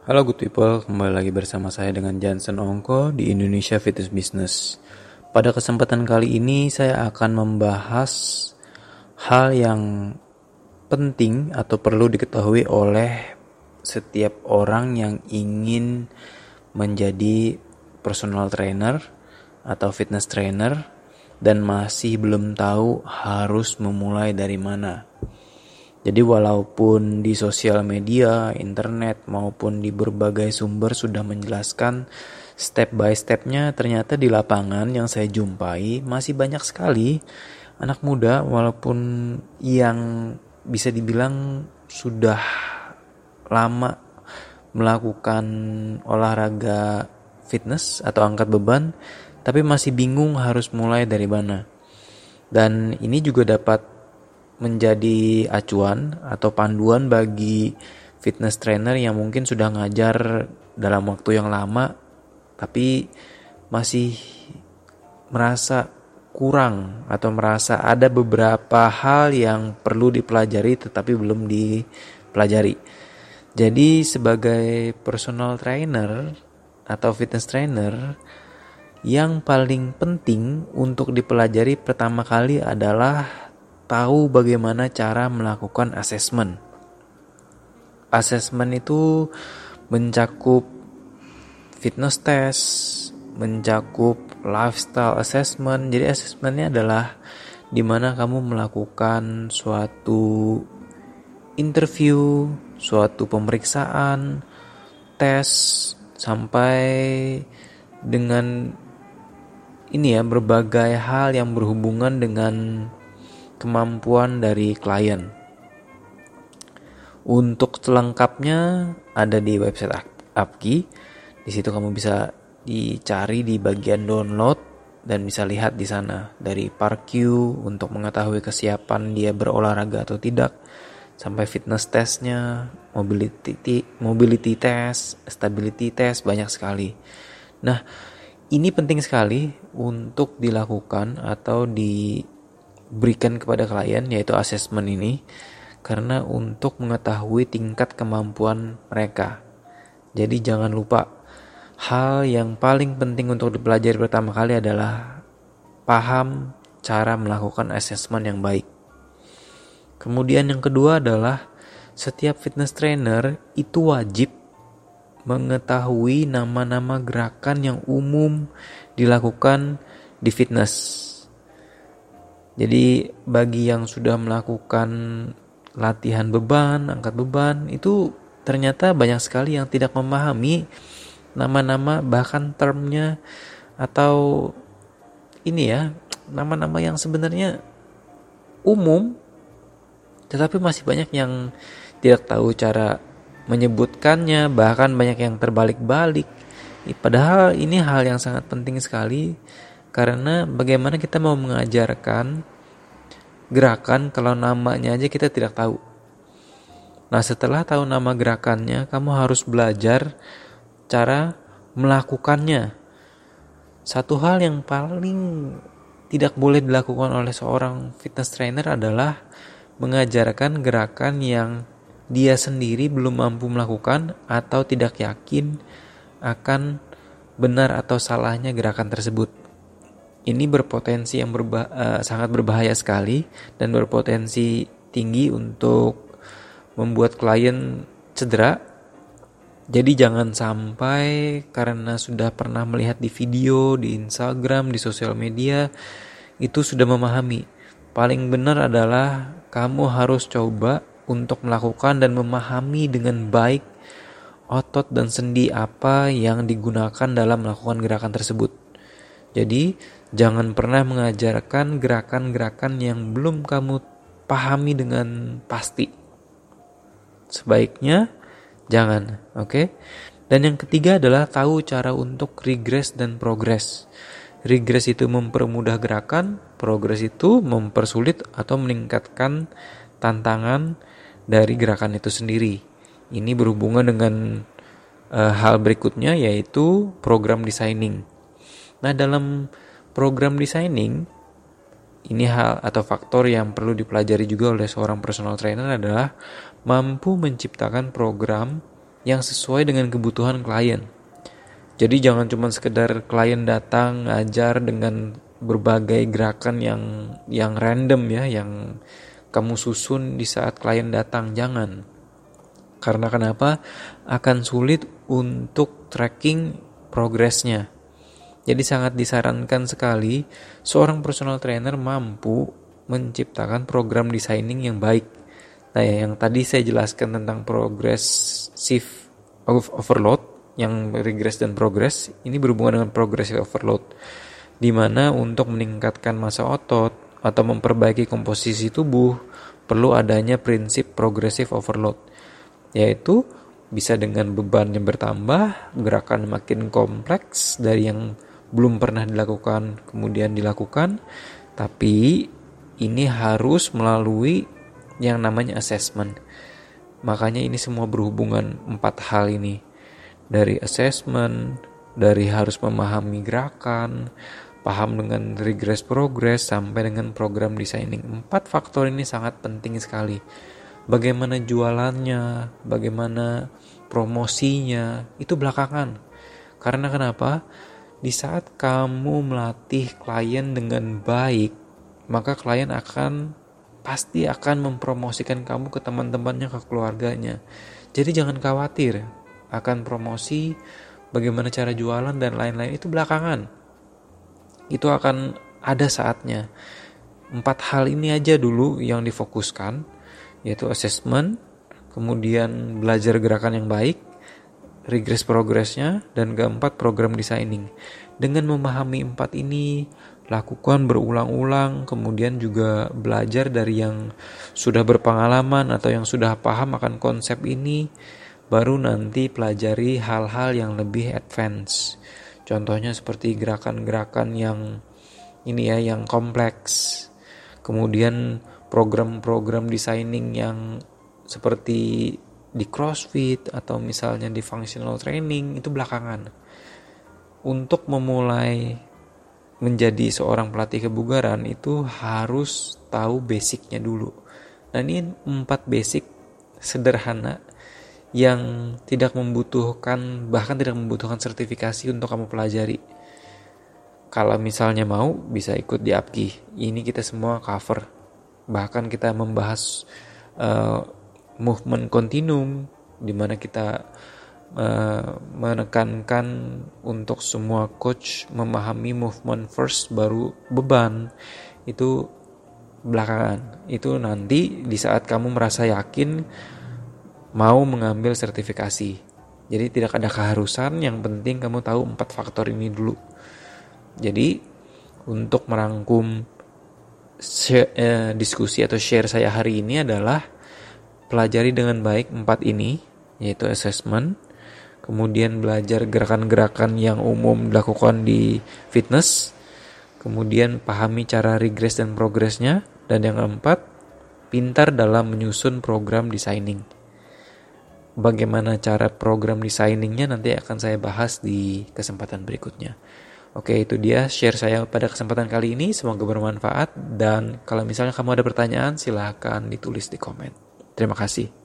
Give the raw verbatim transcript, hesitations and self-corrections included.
Halo good people, kembali lagi bersama saya dengan Johnson Ongko di Indonesia Fitness Business. Pada kesempatan kali ini saya akan membahas hal yang penting atau perlu diketahui oleh setiap orang yang ingin menjadi personal trainer atau fitness trainer dan masih belum tahu harus memulai dari mana. Jadi walaupun di sosial media, internet maupun di berbagai sumber sudah menjelaskan step by stepnya, ternyata di lapangan yang saya jumpai masih banyak sekali anak muda walaupun yang bisa dibilang sudah lama melakukan olahraga fitness atau angkat beban, tapi masih bingung harus mulai dari mana. Dan ini juga dapat menjadi acuan atau panduan bagi fitness trainer yang mungkin sudah ngajar dalam waktu yang lama tapi masih merasa kurang atau merasa ada beberapa hal yang perlu dipelajari tetapi belum dipelajari. Jadi sebagai personal trainer atau fitness trainer, yang paling penting untuk dipelajari pertama kali adalah tahu bagaimana cara melakukan assessment. Assessment itu mencakup fitness test, mencakup lifestyle assessment. Jadi assessmentnya adalah di mana kamu melakukan suatu interview, suatu pemeriksaan, tes sampai dengan ini ya berbagai hal yang berhubungan dengan kemampuan dari klien. Untuk selengkapnya ada di website Apki. Di situ kamu bisa dicari di bagian download dan bisa lihat di sana dari PARQ untuk mengetahui kesiapan dia berolahraga atau tidak, sampai fitness testnya, mobility mobility test, stability test, banyak sekali. Nah, ini penting sekali untuk dilakukan atau di berikan kepada klien, yaitu assessment ini, karena untuk mengetahui tingkat kemampuan mereka. Jadi jangan lupa, hal yang paling penting untuk dipelajari pertama kali adalah paham cara melakukan assessment yang baik. Kemudian yang kedua adalah setiap fitness trainer itu wajib mengetahui nama-nama gerakan yang umum dilakukan di fitness. Jadi bagi yang sudah melakukan latihan beban, angkat beban, itu ternyata banyak sekali yang tidak memahami nama-nama bahkan termnya atau ini ya, nama-nama yang sebenarnya umum, tetapi masih banyak yang tidak tahu cara menyebutkannya, bahkan banyak yang terbalik-balik. Padahal ini hal yang sangat penting sekali. Karena bagaimana kita mau mengajarkan gerakan kalau namanya aja kita tidak tahu. Nah, setelah tahu nama gerakannya, kamu harus belajar cara melakukannya. Satu hal yang paling tidak boleh dilakukan oleh seorang fitness trainer adalah mengajarkan gerakan yang dia sendiri belum mampu melakukan atau tidak yakin akan benar atau salahnya gerakan tersebut. Ini berpotensi yang berba- uh, sangat berbahaya sekali dan berpotensi tinggi untuk membuat klien cedera. Jadi jangan sampai karena sudah pernah melihat di video, di Instagram, di sosial media, itu sudah memahami. Paling benar adalah kamu harus coba untuk melakukan dan memahami dengan baik otot dan sendi apa yang digunakan dalam melakukan gerakan tersebut. Jadi jangan pernah mengajarkan gerakan-gerakan yang belum kamu pahami dengan pasti. Sebaiknya jangan, oke? Okay? Dan yang ketiga adalah tahu cara untuk regress dan progress. Regress itu mempermudah gerakan, progress itu mempersulit atau meningkatkan tantangan dari gerakan itu sendiri. Ini berhubungan dengan uh, hal berikutnya, yaitu program designing. Nah, dalam program designing, ini hal atau faktor yang perlu dipelajari juga oleh seorang personal trainer adalah mampu menciptakan program yang sesuai dengan kebutuhan klien. Jadi jangan cuma sekedar klien datang ngajar dengan berbagai gerakan yang yang random ya, yang kamu susun di saat klien datang, jangan. Karena kenapa? Akan sulit untuk tracking progresnya. Jadi sangat disarankan sekali seorang personal trainer mampu menciptakan program designing yang baik. Nah, yang tadi saya jelaskan tentang progressive overload, yang regress dan progress, ini berhubungan dengan progressive overload, di mana untuk meningkatkan massa otot atau memperbaiki komposisi tubuh perlu adanya prinsip progressive overload, yaitu bisa dengan beban yang bertambah, gerakan makin kompleks dari yang belum pernah dilakukan kemudian dilakukan, tapi ini harus melalui yang namanya assessment. Makanya ini semua berhubungan empat hal ini. Dari assessment, dari harus memahami gerakan, paham dengan regress progress, sampai dengan program designing. Empat faktor ini sangat penting sekali. Bagaimana jualannya, bagaimana promosinya, itu belakangan. Karena kenapa? Di saat kamu melatih klien dengan baik, maka klien akan pasti akan mempromosikan kamu ke teman-temannya, ke keluarganya. Jadi jangan khawatir akan promosi, bagaimana cara jualan dan lain-lain, itu belakangan. Itu akan ada saatnya. Empat hal ini aja dulu yang difokuskan, yaitu assessment, kemudian belajar gerakan yang baik, regress progressnya, dan keempat program designing. Dengan memahami empat ini, lakukan berulang-ulang, kemudian juga belajar dari yang sudah berpengalaman atau yang sudah paham akan konsep ini, baru nanti pelajari hal-hal yang lebih advance. Contohnya seperti gerakan-gerakan yang ini ya, yang kompleks. Kemudian program-program designing yang seperti di CrossFit atau misalnya di functional training, itu belakangan. Untuk memulai menjadi seorang pelatih kebugaran itu harus tahu basicnya dulu. Nah, ini empat basic sederhana yang tidak membutuhkan, bahkan tidak membutuhkan sertifikasi untuk kamu pelajari. Kalau misalnya mau, bisa ikut di A P K I. Ini kita semua cover. Bahkan kita membahas uh, movement continuum, di mana kita uh, menekankan untuk semua coach memahami movement first baru beban. Itu belakangan. Itu nanti di saat kamu merasa yakin mau mengambil sertifikasi. Jadi tidak ada keharusan, yang penting kamu tahu empat faktor ini dulu. Jadi untuk merangkum share, eh, diskusi atau share saya hari ini adalah pelajari dengan baik empat ini, yaitu assessment, kemudian belajar gerakan-gerakan yang umum dilakukan di fitness, kemudian pahami cara regress dan progressnya, dan yang keempat, pintar dalam menyusun program designing. Bagaimana cara program designingnya nanti akan saya bahas di kesempatan berikutnya. Oke, itu dia share saya pada kesempatan kali ini. Semoga bermanfaat, dan kalau misalnya kamu ada pertanyaan, silahkan ditulis di komen. Terima kasih.